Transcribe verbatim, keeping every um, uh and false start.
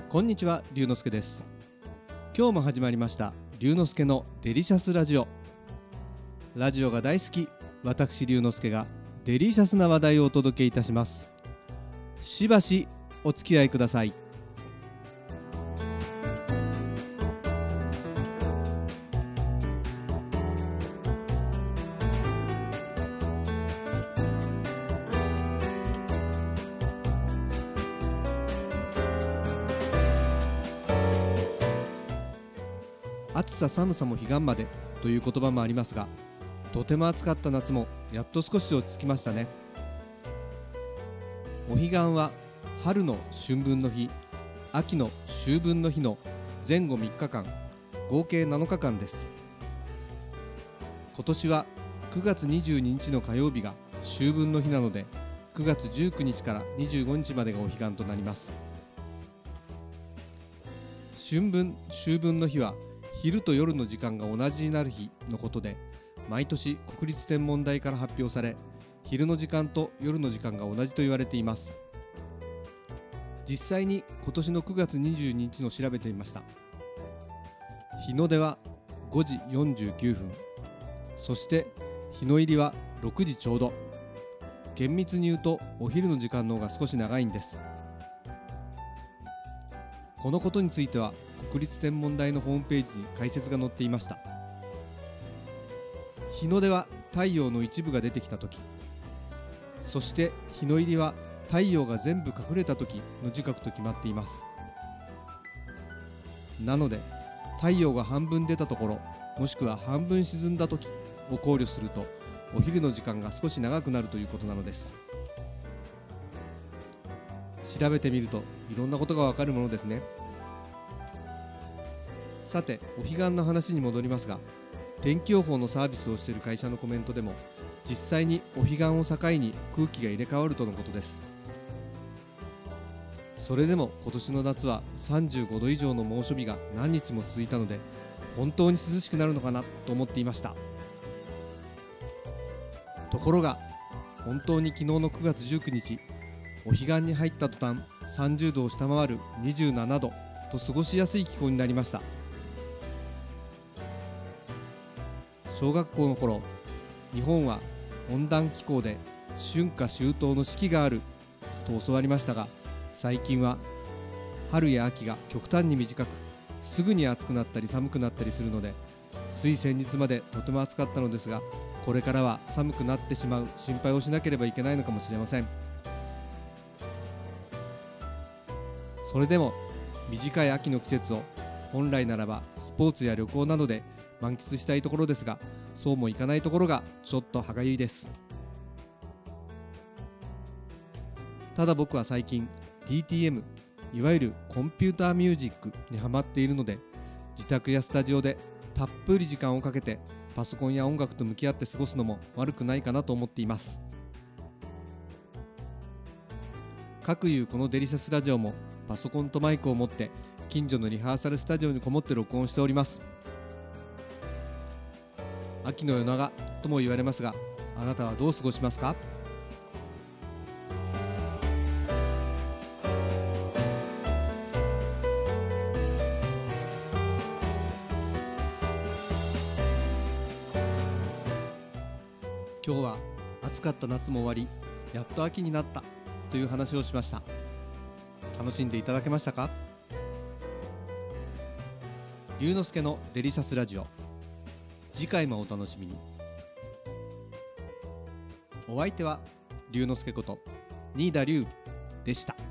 こんにちは、龍之介です。今日も始まりました龍之介のデリシャスラジオ。ラジオが大好き、私龍之介がデリシャスな話題をお届けいたします。しばしお付き合いください。暑さ寒さも彼岸までという言葉もありますが、とても暑かった夏もやっと少し落ち着きましたね。お彼岸は春の春分の日、秋の秋分の日の前後みっかかん、合計なのかかんです。今年はくがつにじゅうににちの火曜日が秋分の日なので、くがつじゅうくにちからにじゅうごにちまでがお彼岸となります。春分秋分の日は昼と夜の時間が同じになる日のことで、毎年国立天文台から発表され、昼の時間と夜の時間が同じと言われています。実際に今年のくがつにじゅうににちの調べてみました。日の出はごじよんじゅうきゅうふん、そして日の入りはろくじちょうど。厳密に言うとお昼の時間の方が少し長いんです。このことについては国立天文台のホームページに解説が載っていました。日の出は太陽の一部が出てきたとき、そして日の入りは太陽が全部隠れたときの時刻と決まっています。なので太陽が半分出たところ、もしくは半分沈んだときを考慮すると、お昼の時間が少し長くなるということなのです。調べてみるといろんなことがわかるものですね。さて、お彼岸の話に戻りますが、天気予報のサービスをしている会社のコメントでも、実際にお彼岸を境に空気が入れ替わるとのことです。それでも今年の夏はさんじゅうごど以上の猛暑日が何日も続いたので、本当に涼しくなるのかなと思っていました。ところが本当に昨日のくがつじゅうくにち、お彼岸に入った途端さんじゅうどを下回るにじゅうななどと過ごしやすい気候になりました。小学校の頃、日本は温暖気候で春夏秋冬の四季があると教わりましたが、最近は春や秋が極端に短く、すぐに暑くなったり寒くなったりするので、つい先日までとても暑かったのですが、これからは寒くなってしまう心配をしなければいけないのかもしれません。それでも短い秋の季節を本来ならばスポーツや旅行などで満喫したいところですが、そうもいかないところがちょっと歯がゆいです。ただ僕は最近 ディーティーエム、 いわゆるコンピューターミュージックにハマっているので、自宅やスタジオでたっぷり時間をかけてパソコンや音楽と向き合って過ごすのも悪くないかなと思っています。かくいうこのデリシャスラジオもパソコンとマイクを持って近所のリハーサルスタジオにこもって録音しております。秋の夜長とも言われますが、あなたはどう過ごしますか？今日は暑かった夏も終わり、やっと秋になったという話をしました。楽しんでいただけましたか？龍之介のデリシャスラジオ、次回もお楽しみに。お相手は龍之介こと新田龍でした。